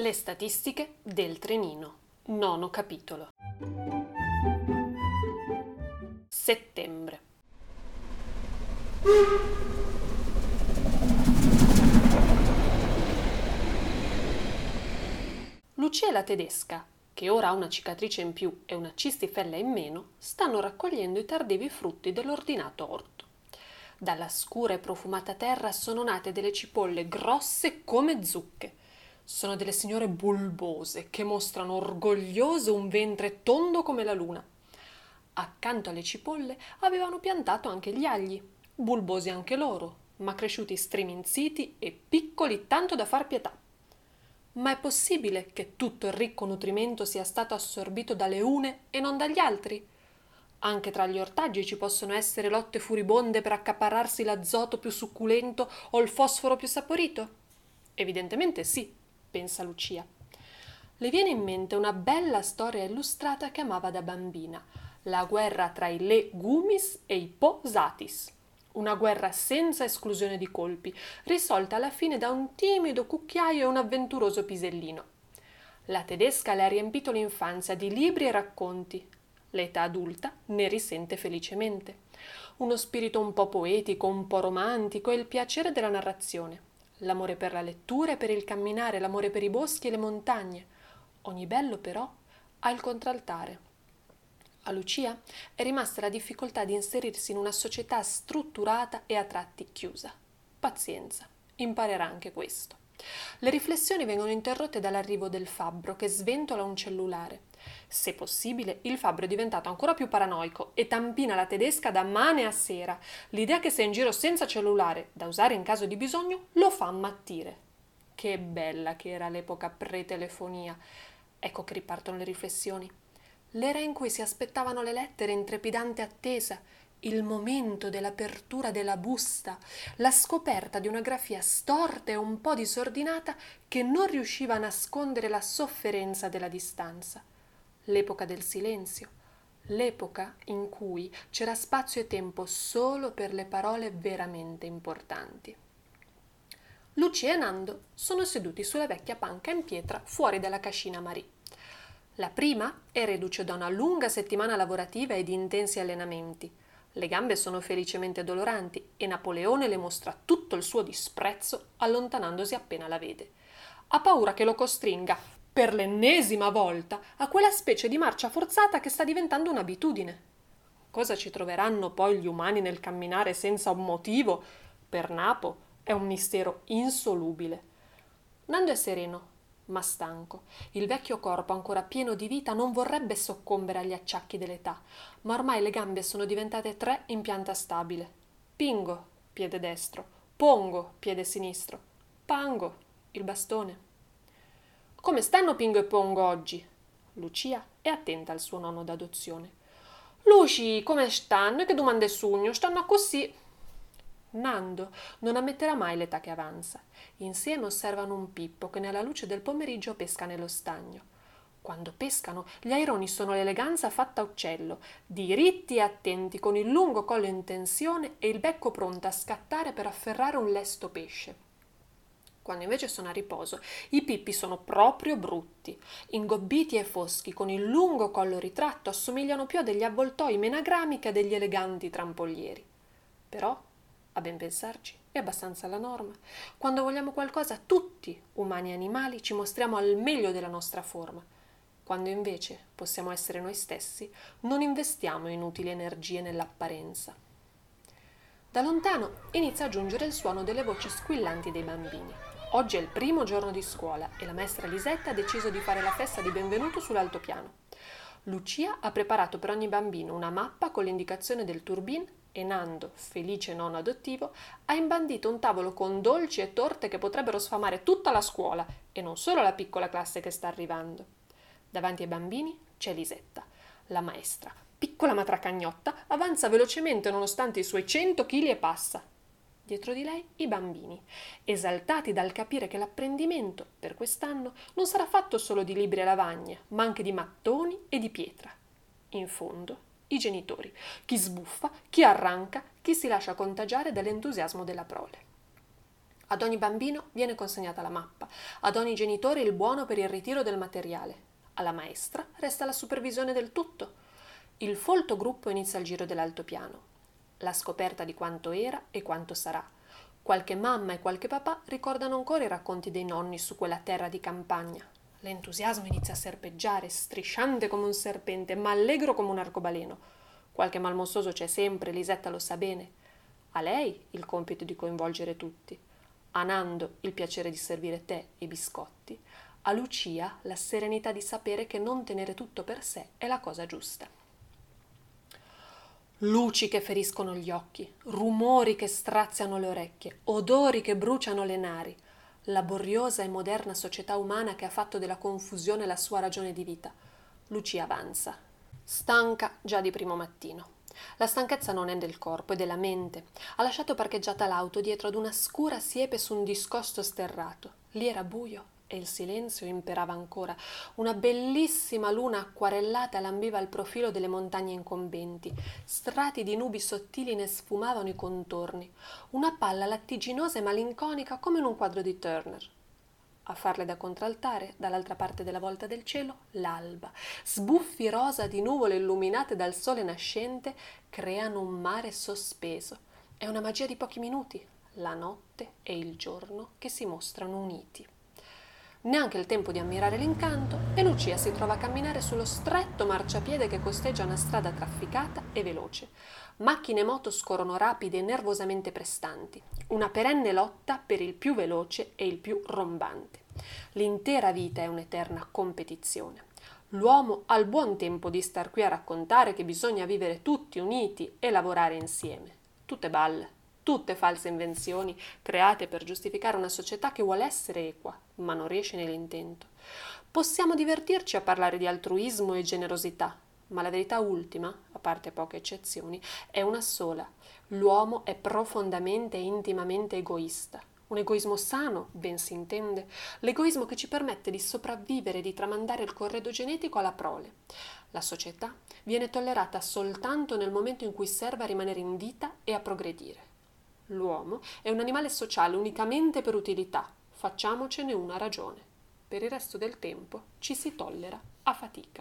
Le statistiche del trenino. Nono capitolo. Settembre. Lucia e la tedesca, che ora ha una cicatrice in più e una cistifella in meno, stanno raccogliendo i tardivi frutti dell'ordinato orto. Dalla scura e profumata terra sono nate delle cipolle grosse come zucche. Sono delle signore bulbose che mostrano orgogliose un ventre tondo come la luna. Accanto alle cipolle avevano piantato anche gli agli, bulbosi anche loro, ma cresciuti striminziti e piccoli tanto da far pietà. Ma è possibile che tutto il ricco nutrimento sia stato assorbito dalle une e non dagli altri? Anche tra gli ortaggi ci possono essere lotte furibonde per accaparrarsi l'azoto più succulento o il fosforo più saporito? Evidentemente sì, pensa Lucia. Le viene in mente una bella storia illustrata che amava da bambina, la guerra tra i legumis e i posatis. Una guerra senza esclusione di colpi, risolta alla fine da un timido cucchiaio e un avventuroso pisellino. La tedesca le ha riempito l'infanzia di libri e racconti. L'età adulta ne risente felicemente. Uno spirito un po' poetico, un po' romantico e il piacere della narrazione. L'amore per la lettura e per il camminare, l'amore per i boschi e le montagne. Ogni bello, però, ha il contraltare. A Lucia è rimasta la difficoltà di inserirsi in una società strutturata e a tratti chiusa. Pazienza, imparerà anche questo. Le riflessioni vengono interrotte dall'arrivo del fabbro che sventola un cellulare. Se possibile, il fabbro è diventato ancora più paranoico e tampina la tedesca da mane a sera. L'idea che sia in giro senza cellulare, da usare in caso di bisogno, lo fa ammattire. Che bella che era l'epoca pre-telefonia. Ecco che ripartono le riflessioni. L'era in cui si aspettavano le lettere in trepidante attesa, il momento dell'apertura della busta, la scoperta di una grafia storta e un po' disordinata che non riusciva a nascondere la sofferenza della distanza. L'epoca del silenzio, l'epoca in cui c'era spazio e tempo solo per le parole veramente importanti. Lucia e Nando sono seduti sulla vecchia panca in pietra fuori dalla cascina Marie. La prima è reduce da una lunga settimana lavorativa e di intensi allenamenti. Le gambe sono felicemente doloranti e Napoleone le mostra tutto il suo disprezzo allontanandosi appena la vede. Ha paura che lo costringa, per l'ennesima volta, a quella specie di marcia forzata che sta diventando un'abitudine. Cosa ci troveranno poi gli umani nel camminare senza un motivo? Per Napo è un mistero insolubile. Nando è sereno, ma stanco. Il vecchio corpo, ancora pieno di vita, non vorrebbe soccombere agli acciacchi dell'età, ma ormai le gambe sono diventate 3 in pianta stabile. Pingo, piede destro, pongo, piede sinistro, pango, il bastone. Come stanno Pingo e Pongo oggi? Lucia è attenta al suo nonno d'adozione. Luci, come stanno? Che domande sugno? Stanno così. Nando non ammetterà mai l'età che avanza. Insieme osservano un Pippo che nella luce del pomeriggio pesca nello stagno. Quando pescano, gli aironi sono l'eleganza fatta a uccello, diritti e attenti, con il lungo collo in tensione e il becco pronto a scattare per afferrare un lesto pesce. Quando invece sono a riposo, i pippi sono proprio brutti. Ingobbiti e foschi, con il lungo collo ritratto, assomigliano più a degli avvoltoi menagrami che a degli eleganti trampolieri. Però, a ben pensarci, è abbastanza la norma. Quando vogliamo qualcosa, tutti, umani e animali, ci mostriamo al meglio della nostra forma. Quando invece possiamo essere noi stessi, non investiamo inutili energie nell'apparenza. Da lontano inizia a giungere il suono delle voci squillanti dei bambini. Oggi è il primo giorno di scuola e la maestra Lisetta ha deciso di fare la festa di benvenuto sull'altopiano. Lucia ha preparato per ogni bambino una mappa con l'indicazione del turbin e Nando, felice nonno adottivo, ha imbandito un tavolo con dolci e torte che potrebbero sfamare tutta la scuola e non solo la piccola classe che sta arrivando. Davanti ai bambini c'è Lisetta, la maestra. Piccola matracagnotta, avanza velocemente nonostante i suoi 100 chili e passa. Dietro di lei i bambini, esaltati dal capire che l'apprendimento, per quest'anno, non sarà fatto solo di libri e lavagne, ma anche di mattoni e di pietra. In fondo, i genitori, chi sbuffa, chi arranca, chi si lascia contagiare dall'entusiasmo della prole. Ad ogni bambino viene consegnata la mappa, ad ogni genitore il buono per il ritiro del materiale. Alla maestra resta la supervisione del tutto. Il folto gruppo inizia il giro dell'altopiano. La scoperta di quanto era e quanto sarà. Qualche mamma e qualche papà ricordano ancora i racconti dei nonni su quella terra di campagna. L'entusiasmo inizia a serpeggiare, strisciante come un serpente, ma allegro come un arcobaleno. Qualche malmossoso c'è sempre, Lisetta lo sa bene. A lei il compito di coinvolgere tutti. A Nando il piacere di servire tè e biscotti. A Lucia la serenità di sapere che non tenere tutto per sé è la cosa giusta. Luci che feriscono gli occhi, rumori che straziano le orecchie, odori che bruciano le nari, laboriosa e moderna società umana che ha fatto della confusione la sua ragione di vita. Lucia avanza, stanca già di primo mattino. La stanchezza non è del corpo, è della mente. Ha lasciato parcheggiata l'auto dietro ad una scura siepe su un discosto sterrato. Lì era buio e il silenzio imperava ancora. Una bellissima luna acquarellata lambiva il profilo delle montagne incombenti. Strati di nubi sottili ne sfumavano i contorni. Una palla lattiginosa e malinconica come in un quadro di Turner. A farle da contraltare, dall'altra parte della volta del cielo, l'alba. Sbuffi rosa di nuvole illuminate dal sole nascente creano un mare sospeso. È una magia di pochi minuti, la notte e il giorno che si mostrano uniti. Neanche il tempo di ammirare l'incanto e Lucia si trova a camminare sullo stretto marciapiede che costeggia una strada trafficata e veloce. Macchine e moto scorrono rapide e nervosamente prestanti. Una perenne lotta per il più veloce e il più rombante. L'intera vita è un'eterna competizione. L'uomo ha il buon tempo di star qui a raccontare che bisogna vivere tutti uniti e lavorare insieme. Tutte balle. Tutte false invenzioni create per giustificare una società che vuole essere equa, ma non riesce nell'intento. Possiamo divertirci a parlare di altruismo e generosità, ma la verità ultima, a parte poche eccezioni, è una sola. L'uomo è profondamente e intimamente egoista. Un egoismo sano, ben si intende, l'egoismo che ci permette di sopravvivere e di tramandare il corredo genetico alla prole. La società viene tollerata soltanto nel momento in cui serve a rimanere in vita e a progredire. L'uomo è un animale sociale unicamente per utilità, facciamocene una ragione. Per il resto del tempo ci si tollera a fatica.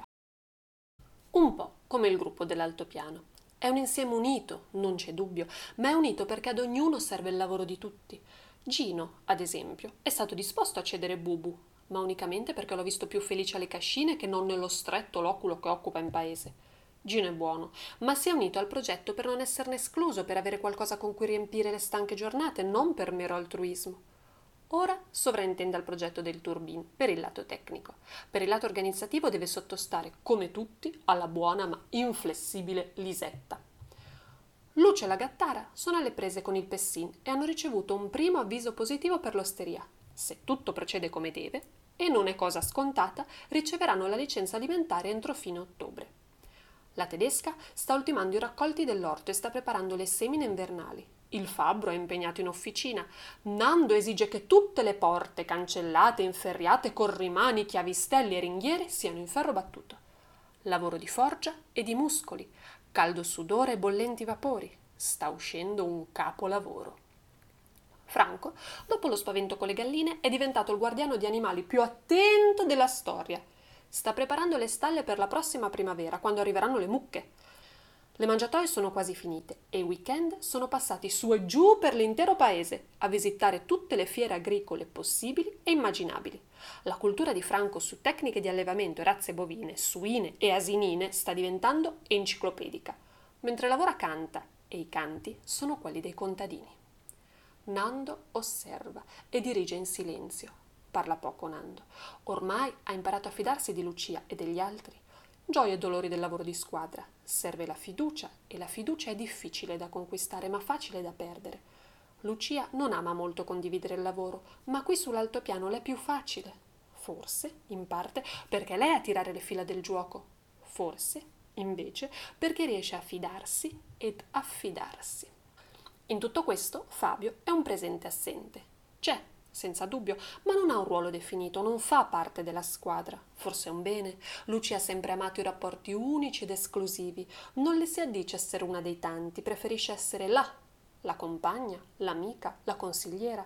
Un po' come il gruppo dell'altopiano. È un insieme unito, non c'è dubbio, ma è unito perché ad ognuno serve il lavoro di tutti. Gino, ad esempio, è stato disposto a cedere Bubu, ma unicamente perché l'ho visto più felice alle cascine che non nello stretto loculo che occupa in paese. Gino è buono, ma si è unito al progetto per non esserne escluso, per avere qualcosa con cui riempire le stanche giornate, non per mero altruismo. Ora sovrintende al progetto del Turbin per il lato tecnico. Per il lato organizzativo deve sottostare, come tutti, alla buona ma inflessibile Lisetta. Luce e la Gattara sono alle prese con il Pessin e hanno ricevuto un primo avviso positivo per l'osteria. Se tutto procede come deve, e non è cosa scontata, riceveranno la licenza alimentare entro fine ottobre. La tedesca sta ultimando i raccolti dell'orto e sta preparando le semine invernali. Il fabbro è impegnato in officina. Nando esige che tutte le porte, cancellate, inferriate, corrimani, chiavistelli e ringhiere siano in ferro battuto. Lavoro di forgia e di muscoli, caldo sudore e bollenti vapori. Sta uscendo un capolavoro. Franco, dopo lo spavento con le galline, è diventato il guardiano di animali più attento della storia. Sta preparando le stalle per la prossima primavera, quando arriveranno le mucche. Le mangiatoie sono quasi finite e i weekend sono passati su e giù per l'intero paese a visitare tutte le fiere agricole possibili e immaginabili. La cultura di Franco su tecniche di allevamento e razze bovine, suine e asinine sta diventando enciclopedica. Mentre lavora canta e i canti sono quelli dei contadini. Nando osserva e dirige in silenzio. Parla poco Nando. Ormai ha imparato a fidarsi di Lucia e degli altri. Gioie e dolori del lavoro di squadra. Serve la fiducia e la fiducia è difficile da conquistare ma facile da perdere. Lucia non ama molto condividere il lavoro, ma qui sull'altopiano l'è più facile. Forse, in parte, perché lei è a tirare le fila del gioco. Forse, invece, perché riesce a fidarsi ed affidarsi. In tutto questo Fabio è un presente assente. C'è, senza dubbio, ma non ha un ruolo definito, non fa parte della squadra. Forse è un bene. Lucia ha sempre amato i rapporti unici ed esclusivi. Non le si addice essere una dei tanti, preferisce essere là, la compagna, l'amica, la consigliera.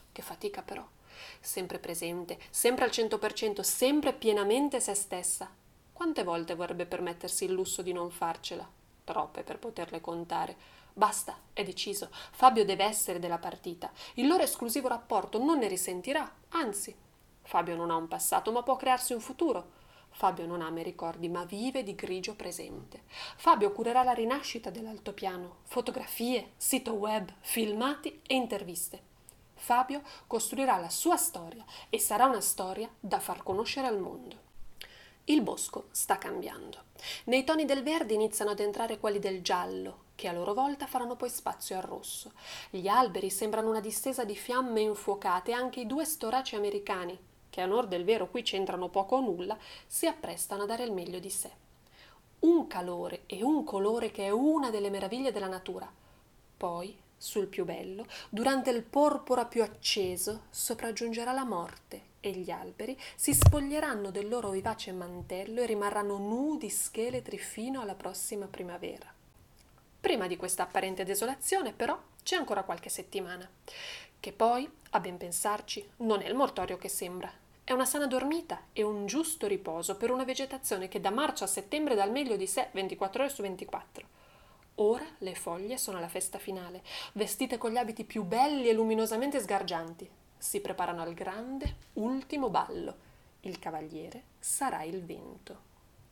Che fatica però. Sempre presente, sempre al 100%, sempre pienamente se stessa. Quante volte vorrebbe permettersi il lusso di non farcela? Troppe per poterle contare. Basta, è deciso. Fabio deve essere della partita. Il loro esclusivo rapporto non ne risentirà, anzi. Fabio non ha un passato, ma può crearsi un futuro. Fabio non ama i ricordi, ma vive di grigio presente. Fabio curerà la rinascita dell'altopiano, fotografie, sito web, filmati e interviste. Fabio costruirà la sua storia e sarà una storia da far conoscere al mondo. Il bosco sta cambiando. Nei toni del verde iniziano ad entrare quelli del giallo, che a loro volta faranno poi spazio al rosso. Gli alberi sembrano una distesa di fiamme infuocate e anche i due storaci americani, che a onor del vero qui c'entrano poco o nulla, si apprestano a dare il meglio di sé. Un calore e un colore che è una delle meraviglie della natura. Poi, sul più bello, durante il porpora più acceso, sopraggiungerà la morte e gli alberi si spoglieranno del loro vivace mantello e rimarranno nudi scheletri fino alla prossima primavera. Prima di questa apparente desolazione, però, c'è ancora qualche settimana, che poi, a ben pensarci, non è il mortorio che sembra. È una sana dormita e un giusto riposo per una vegetazione che da marzo a settembre dà il meglio di sé 24 ore su 24. Ora le foglie sono alla festa finale, vestite con gli abiti più belli e luminosamente sgargianti. Si preparano al grande ultimo ballo. Il cavaliere sarà il vento.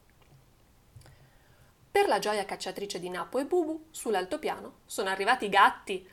Per la gioia cacciatrice di Napo e Bubu, sull'altopiano sono arrivati i gatti.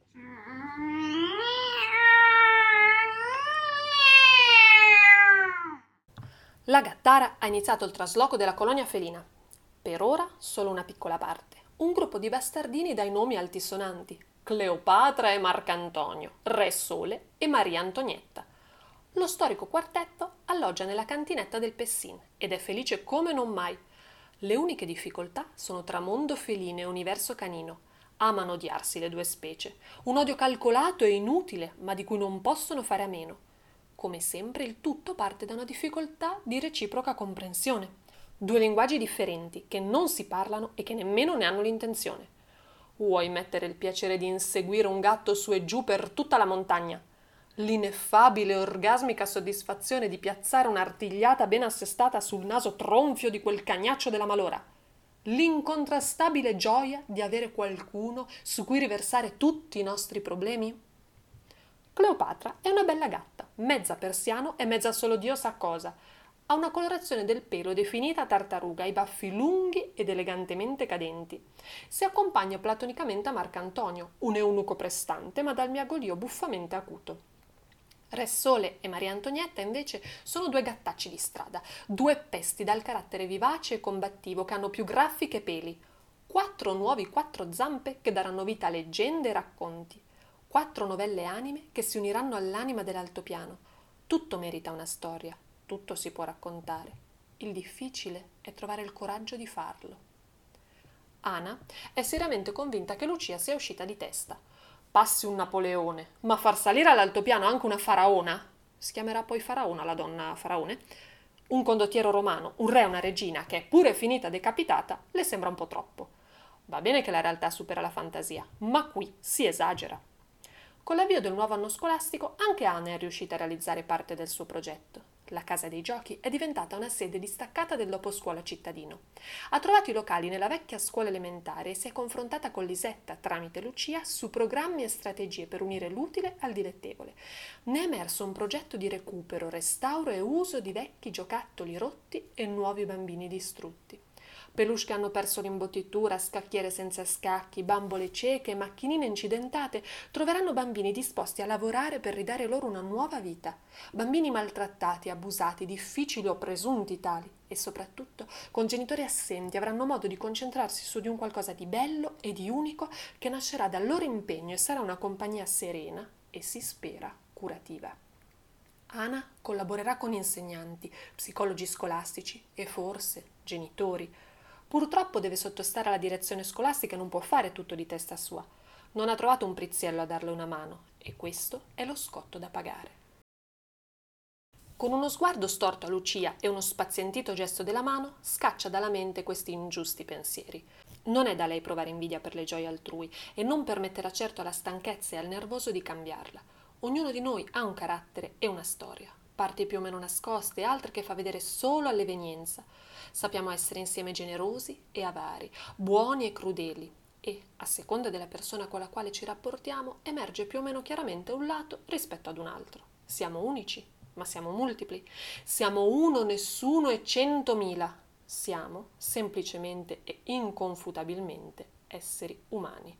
La gattara ha iniziato il trasloco della colonia felina. Per ora solo una piccola parte. Un gruppo di bastardini dai nomi altisonanti: Cleopatra e Marcantonio, Re Sole e Maria Antonietta. Lo storico quartetto alloggia nella cantinetta del Pessin ed è felice come non mai. Le uniche difficoltà sono tra mondo felino e universo canino. Amano odiarsi le due specie, un odio calcolato e inutile, ma di cui non possono fare a meno. Come sempre, il tutto parte da una difficoltà di reciproca comprensione. Due linguaggi differenti che non si parlano e che nemmeno ne hanno l'intenzione. Vuoi mettere il piacere di inseguire un gatto su e giù per tutta la montagna? L'ineffabile e orgasmica soddisfazione di piazzare un'artigliata ben assestata sul naso tronfio di quel cagnaccio della malora? L'incontrastabile gioia di avere qualcuno su cui riversare tutti i nostri problemi? Cleopatra è una bella gatta, mezza persiano e mezza solo Dio sa cosa. Ha una colorazione del pelo definita a tartaruga, i baffi lunghi ed elegantemente cadenti. Si accompagna platonicamente a Marcantonio, un eunuco prestante ma dal miagolio buffamente acuto. Re Sole e Maria Antonietta invece sono due gattacci di strada, due pesti dal carattere vivace e combattivo che hanno più graffi che peli. 4 zampe che daranno vita a leggende e racconti. 4 novelle anime che si uniranno all'anima dell'altopiano. Tutto merita una storia, tutto si può raccontare. Il difficile è trovare il coraggio di farlo. Ana è seriamente convinta che Lucia sia uscita di testa. Passi un Napoleone, ma far salire all'altopiano anche una faraona? Si chiamerà poi faraona la donna faraone? Un condottiero romano, un re e una regina che è pure finita decapitata, le sembra un po' troppo. Va bene che la realtà supera la fantasia, ma qui si esagera. Con l'avvio del nuovo anno scolastico anche Anna è riuscita a realizzare parte del suo progetto. La casa dei giochi è diventata una sede distaccata del doposcuola cittadino. Ha trovato i locali nella vecchia scuola elementare e si è confrontata con Lisetta, tramite Lucia, su programmi e strategie per unire l'utile al dilettevole. Ne è emerso un progetto di recupero, restauro e uso di vecchi giocattoli rotti e nuovi bambini distrutti. Peluche che hanno perso l'imbottitura, scacchiere senza scacchi, bambole cieche, macchinine incidentate, troveranno bambini disposti a lavorare per ridare loro una nuova vita. Bambini maltrattati, abusati, difficili o presunti tali e soprattutto con genitori assenti avranno modo di concentrarsi su di un qualcosa di bello e di unico che nascerà dal loro impegno e sarà una compagnia serena e si spera curativa. Ana collaborerà con insegnanti, psicologi scolastici e forse genitori. Purtroppo deve sottostare alla direzione scolastica e non può fare tutto di testa sua. Non ha trovato un prizziello a darle una mano e questo è lo scotto da pagare. Con uno sguardo storto a Lucia e uno spazientito gesto della mano, scaccia dalla mente questi ingiusti pensieri. Non è da lei provare invidia per le gioie altrui e non permetterà certo alla stanchezza e al nervoso di cambiarla. ognuno di noi ha un carattere e una storia, parti più o meno nascoste, altre che fa vedere solo all'evenienza. Sappiamo essere insieme generosi e avari, buoni e crudeli e, a seconda della persona con la quale ci rapportiamo, emerge più o meno chiaramente un lato rispetto ad un altro. Siamo unici, ma siamo multipli. Siamo uno, nessuno e 100.000. Siamo semplicemente e inconfutabilmente esseri umani.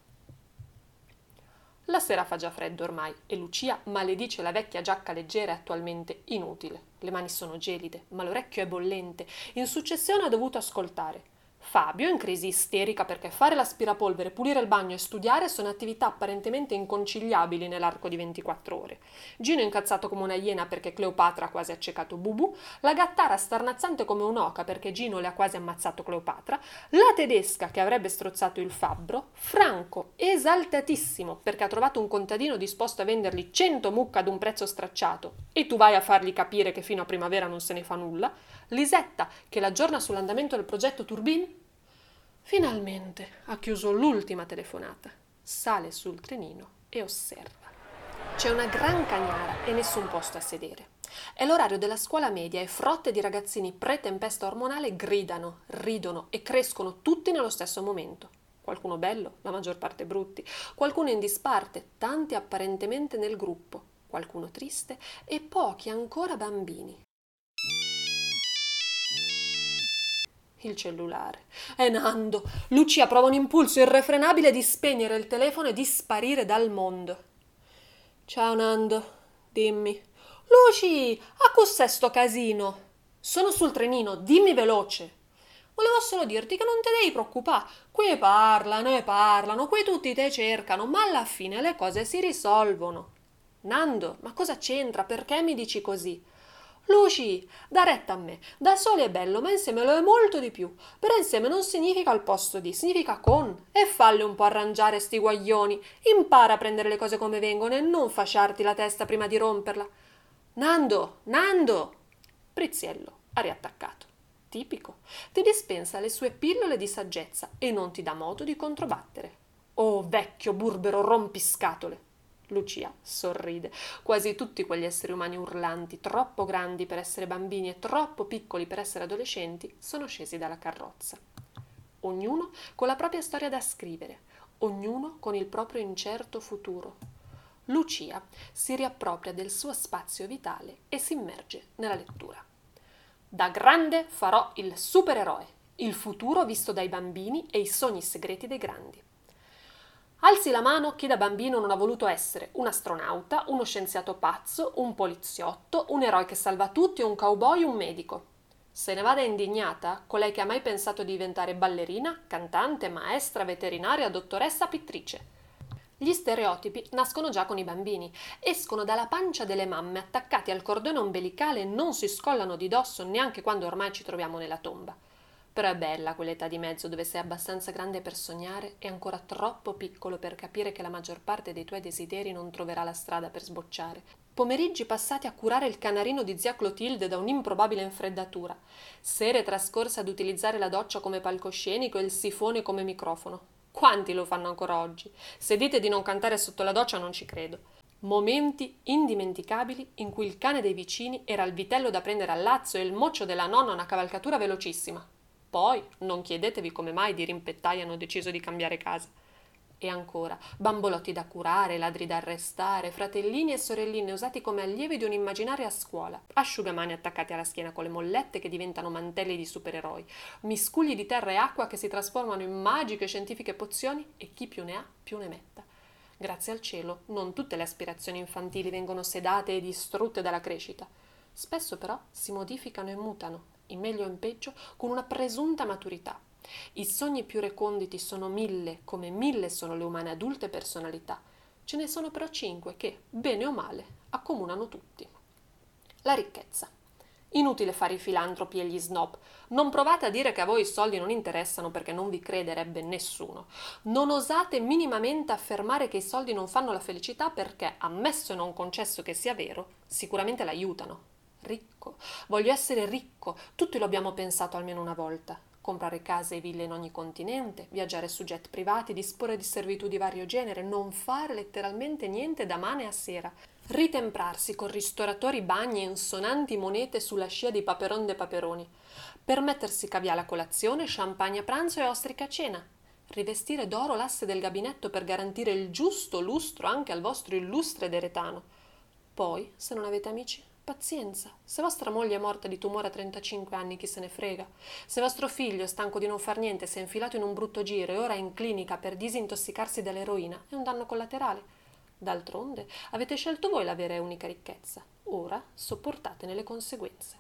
La sera fa già freddo ormai e Lucia maledice la vecchia giacca leggera e attualmente inutile. Le mani sono gelide, ma l'orecchio è bollente. In successione ha dovuto ascoltare Fabio in crisi isterica perché fare l'aspirapolvere, pulire il bagno e studiare sono attività apparentemente inconciliabili nell'arco di 24 ore. Gino incazzato come una iena perché Cleopatra ha quasi accecato Bubu, la gattara starnazzante come un'oca perché Gino le ha quasi ammazzato Cleopatra, la tedesca che avrebbe strozzato il fabbro, Franco esaltatissimo perché ha trovato un contadino disposto a vendergli 100 mucche ad un prezzo stracciato e tu vai a fargli capire che fino a primavera non se ne fa nulla, Lisetta che l'aggiorna sull'andamento del progetto Turbin. Finalmente ha chiuso l'ultima telefonata, sale sul trenino e osserva. C'è una gran cagnara e nessun posto a sedere. È l'orario della scuola media e frotte di ragazzini pre-tempesta ormonale gridano, ridono e crescono tutti nello stesso momento. Qualcuno bello, la maggior parte brutti, qualcuno in disparte, tanti apparentemente nel gruppo, qualcuno triste e pochi ancora bambini. Il cellulare. È Nando. Lucia prova un impulso irrefrenabile di spegnere il telefono e di sparire dal mondo. Ciao Nando, dimmi. Luci, a cos'è sto casino? Sono sul trenino, dimmi veloce. Volevo solo dirti che non te devi preoccupare. Qui parlano, qui tutti te cercano, ma alla fine le cose si risolvono. Nando, ma cosa c'entra? Perché mi dici così? Luci, da retta a me, da soli è bello, ma insieme lo è molto di più. Però insieme non significa al posto di, significa con. E falli un po' arrangiare sti guaglioni. Impara a prendere le cose come vengono e non fasciarti la testa prima di romperla. Nando! Priziello ha riattaccato. Tipico. Ti dispensa le sue pillole di saggezza e non ti dà modo di controbattere. Oh, vecchio burbero rompiscatole! Lucia sorride. Quasi tutti quegli esseri umani urlanti, troppo grandi per essere bambini e troppo piccoli per essere adolescenti, sono scesi dalla carrozza. Ognuno con la propria storia da scrivere, ognuno con il proprio incerto futuro. Lucia si riappropria del suo spazio vitale e si immerge nella lettura. Da grande farò il supereroe, il futuro visto dai bambini e i sogni segreti dei grandi. Alzi la mano chi da bambino non ha voluto essere un astronauta, uno scienziato pazzo, un poliziotto, un eroe che salva tutti, un cowboy, un medico. Se ne vada indignata colei che ha mai pensato di diventare ballerina, cantante, maestra, veterinaria, dottoressa, pittrice. Gli stereotipi nascono già con i bambini, escono dalla pancia delle mamme attaccati al cordone ombelicale e non si scollano di dosso neanche quando ormai ci troviamo nella tomba. Però è bella quell'età di mezzo dove sei abbastanza grande per sognare e ancora troppo piccolo per capire che la maggior parte dei tuoi desideri non troverà la strada per sbocciare. Pomeriggi passati a curare il canarino di zia Clotilde da un'improbabile infreddatura. Sere trascorse ad utilizzare la doccia come palcoscenico e il sifone come microfono. Quanti lo fanno ancora oggi? Se dite di non cantare sotto la doccia non ci credo. Momenti indimenticabili in cui il cane dei vicini era il vitello da prendere al lazzo e il moccio della nonna una cavalcatura velocissima. Poi non chiedetevi come mai di rimpettai hanno deciso di cambiare casa. E ancora, bambolotti da curare, ladri da arrestare, fratellini e sorelline usati come allievi di un'immaginaria scuola, asciugamani attaccati alla schiena con le mollette che diventano mantelli di supereroi, miscugli di terra e acqua che si trasformano in magiche e scientifiche pozioni e chi più ne ha più ne metta. Grazie al cielo, non tutte le aspirazioni infantili vengono sedate e distrutte dalla crescita. Spesso però si modificano e mutano, in meglio o in peggio, con una presunta maturità. I sogni più reconditi sono 1000, come 1000 sono le umane adulte personalità. Ce ne sono però 5 che, bene o male, accomunano tutti. La ricchezza. Inutile fare i filantropi e gli snob. Non provate a dire che a voi i soldi non interessano perché non vi crederebbe nessuno. Non osate minimamente affermare che i soldi non fanno la felicità perché, ammesso e non concesso che sia vero, sicuramente l'aiutano. Ricco. Voglio essere ricco. Tutti lo abbiamo pensato almeno una volta. comprare case e ville in ogni continente, viaggiare su jet privati, disporre di servitù di vario genere, non fare letteralmente niente da mane a sera, ritemprarsi con ristoratori, bagni e insonanti monete sulla scia di Paperon de Paperoni, permettersi caviale a colazione, champagne a pranzo e ostriche a cena, rivestire d'oro l'asse del gabinetto per garantire il giusto lustro anche al vostro illustre deretano. Poi, se non avete amici, pazienza. Se vostra moglie è morta di tumore a 35 anni, chi se ne frega. Se vostro figlio, stanco di non far niente, si è infilato in un brutto giro e ora è in clinica per disintossicarsi dall'eroina, è un danno collaterale. D'altronde, avete scelto voi la vera e unica ricchezza. Ora sopportatene le conseguenze.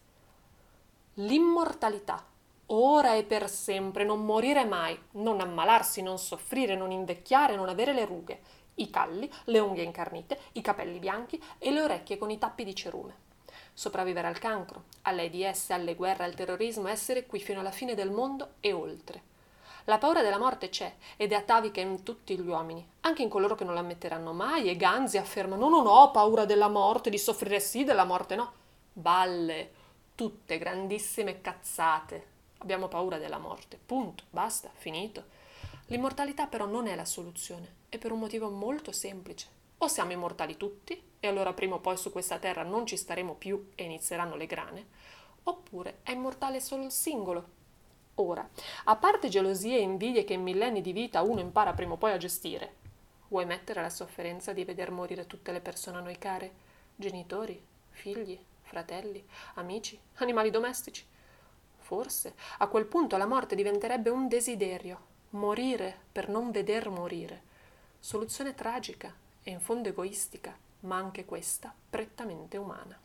L'immortalità. Ora e per sempre, non morire mai, non ammalarsi, non soffrire, non invecchiare, non avere le rughe, i calli, le unghie incarnite, i capelli bianchi e le orecchie con i tappi di cerume. Sopravvivere al cancro, all'AIDS, alle guerre, al terrorismo, essere qui fino alla fine del mondo e oltre. La paura della morte c'è ed è atavica in tutti gli uomini, anche in coloro che non la ammetteranno mai, e Ganzi afferma non ho paura della morte, di soffrire sì, della morte no. Balle, tutte grandissime cazzate. Abbiamo paura della morte, punto, basta, finito. L'immortalità però non è la soluzione, e per un motivo molto semplice. O siamo immortali tutti, e allora prima o poi su questa terra non ci staremo più e inizieranno le grane, oppure è immortale solo il singolo. Ora, a parte gelosie e invidie che in millenni di vita uno impara prima o poi a gestire, vuoi mettere la sofferenza di veder morire tutte le persone a noi care? Genitori, figli, fratelli, amici, animali domestici? Forse, a quel punto la morte diventerebbe un desiderio, morire per non veder morire. Soluzione tragica e in fondo egoistica, ma anche questa prettamente umana.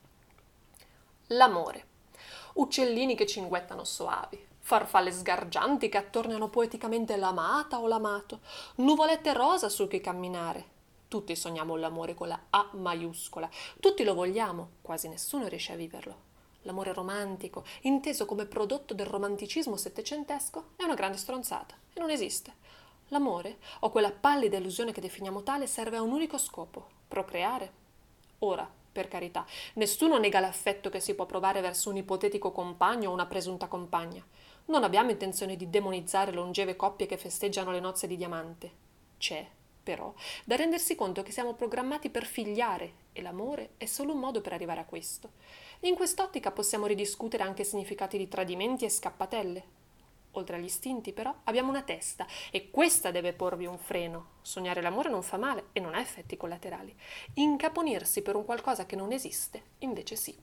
L'amore. Uccellini che cinguettano soavi, farfalle sgargianti che attorniano poeticamente l'amata o l'amato, nuvolette rosa su cui camminare. Tutti sogniamo l'amore con la A maiuscola, tutti lo vogliamo, quasi nessuno riesce a viverlo. L'amore romantico, inteso come prodotto del romanticismo settecentesco, è una grande stronzata e non esiste. L'amore, o quella pallida illusione che definiamo tale, serve a un unico scopo: procreare. Ora, per carità, nessuno nega l'affetto che si può provare verso un ipotetico compagno o una presunta compagna. Non abbiamo intenzione di demonizzare longeve coppie che festeggiano le nozze di diamante. C'è, però, da rendersi conto che siamo programmati per figliare e l'amore è solo un modo per arrivare a questo. In quest'ottica possiamo ridiscutere anche significati di tradimenti e scappatelle. Oltre agli istinti, però, abbiamo una testa e questa deve porvi un freno. Sognare l'amore non fa male e non ha effetti collaterali. Incaponirsi per un qualcosa che non esiste, invece sì.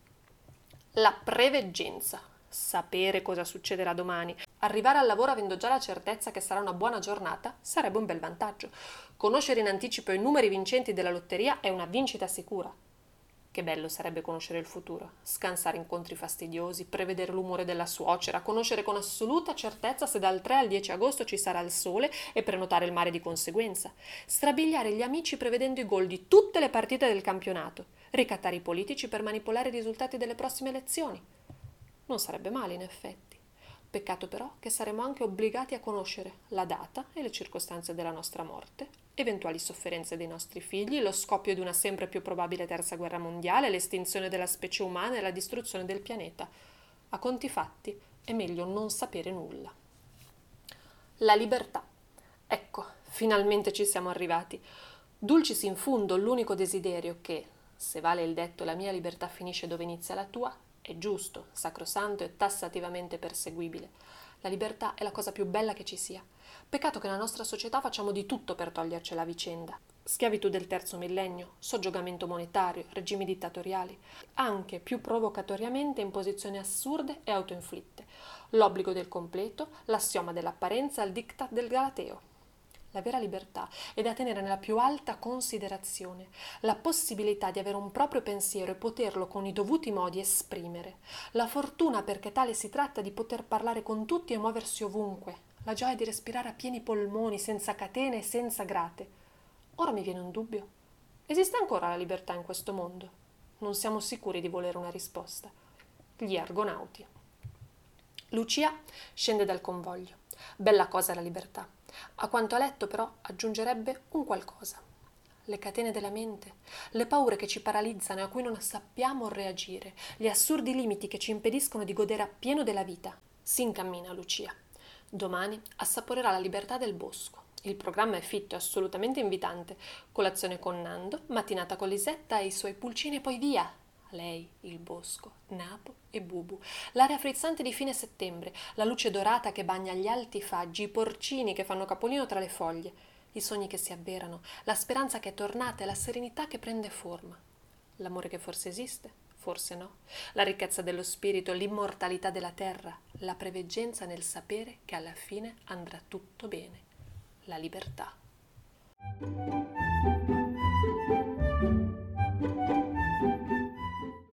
La preveggenza. Sapere cosa succederà domani. Arrivare al lavoro avendo già la certezza che sarà una buona giornata sarebbe un bel vantaggio. Conoscere in anticipo i numeri vincenti della lotteria è una vincita sicura. Che bello sarebbe conoscere il futuro, scansare incontri fastidiosi, prevedere l'umore della suocera, conoscere con assoluta certezza se dal 3 al 10 agosto ci sarà il sole e prenotare il mare di conseguenza, strabiliare gli amici prevedendo i gol di tutte le partite del campionato, ricattare i politici per manipolare i risultati delle prossime elezioni. Non sarebbe male, in effetti. Peccato però che saremo anche obbligati a conoscere la data e le circostanze della nostra morte, eventuali sofferenze dei nostri figli, lo scoppio di una sempre più probabile terza guerra mondiale, l'estinzione della specie umana e la distruzione del pianeta. A conti fatti è meglio non sapere nulla. La libertà. Ecco, finalmente ci siamo arrivati. Dulcis in fundo l'unico desiderio che, se vale il detto la mia libertà finisce dove inizia la tua, è giusto, sacrosanto e tassativamente perseguibile. La libertà è la cosa più bella che ci sia. Peccato che nella nostra società facciamo di tutto per togliercela a vicenda. Schiavitù del terzo millennio, soggiogamento monetario, regimi dittatoriali, anche più provocatoriamente imposizioni assurde e autoinflitte, l'obbligo del completo, l'assioma dell'apparenza, il diktat del Galateo. La vera libertà è da tenere nella più alta considerazione, la possibilità di avere un proprio pensiero e poterlo con i dovuti modi esprimere, la fortuna perché tale si tratta di poter parlare con tutti e muoversi ovunque, la gioia di respirare a pieni polmoni, senza catene e senza grate. Ora mi viene un dubbio. Esiste ancora la libertà in questo mondo? Non siamo sicuri di volere una risposta. Gli Argonauti. Lucia scende dal convoglio. Bella cosa la libertà. A quanto ha letto, però, aggiungerebbe un qualcosa. Le catene della mente, le paure che ci paralizzano e a cui non sappiamo reagire, gli assurdi limiti che ci impediscono di godere appieno della vita. Si incammina Lucia. Domani assaporerà la libertà del bosco. Il programma è fitto e assolutamente invitante. Colazione con Nando, mattinata con Lisetta e i suoi pulcini e poi via. Lei, il bosco, Napo e Bubu, l'aria frizzante di fine settembre, la luce dorata che bagna gli alti faggi, i porcini che fanno capolino tra le foglie, i sogni che si avverano, la speranza che è tornata e la serenità che prende forma. L'amore che forse esiste, forse no, la ricchezza dello spirito, l'immortalità della terra, la preveggenza nel sapere che alla fine andrà tutto bene, la libertà.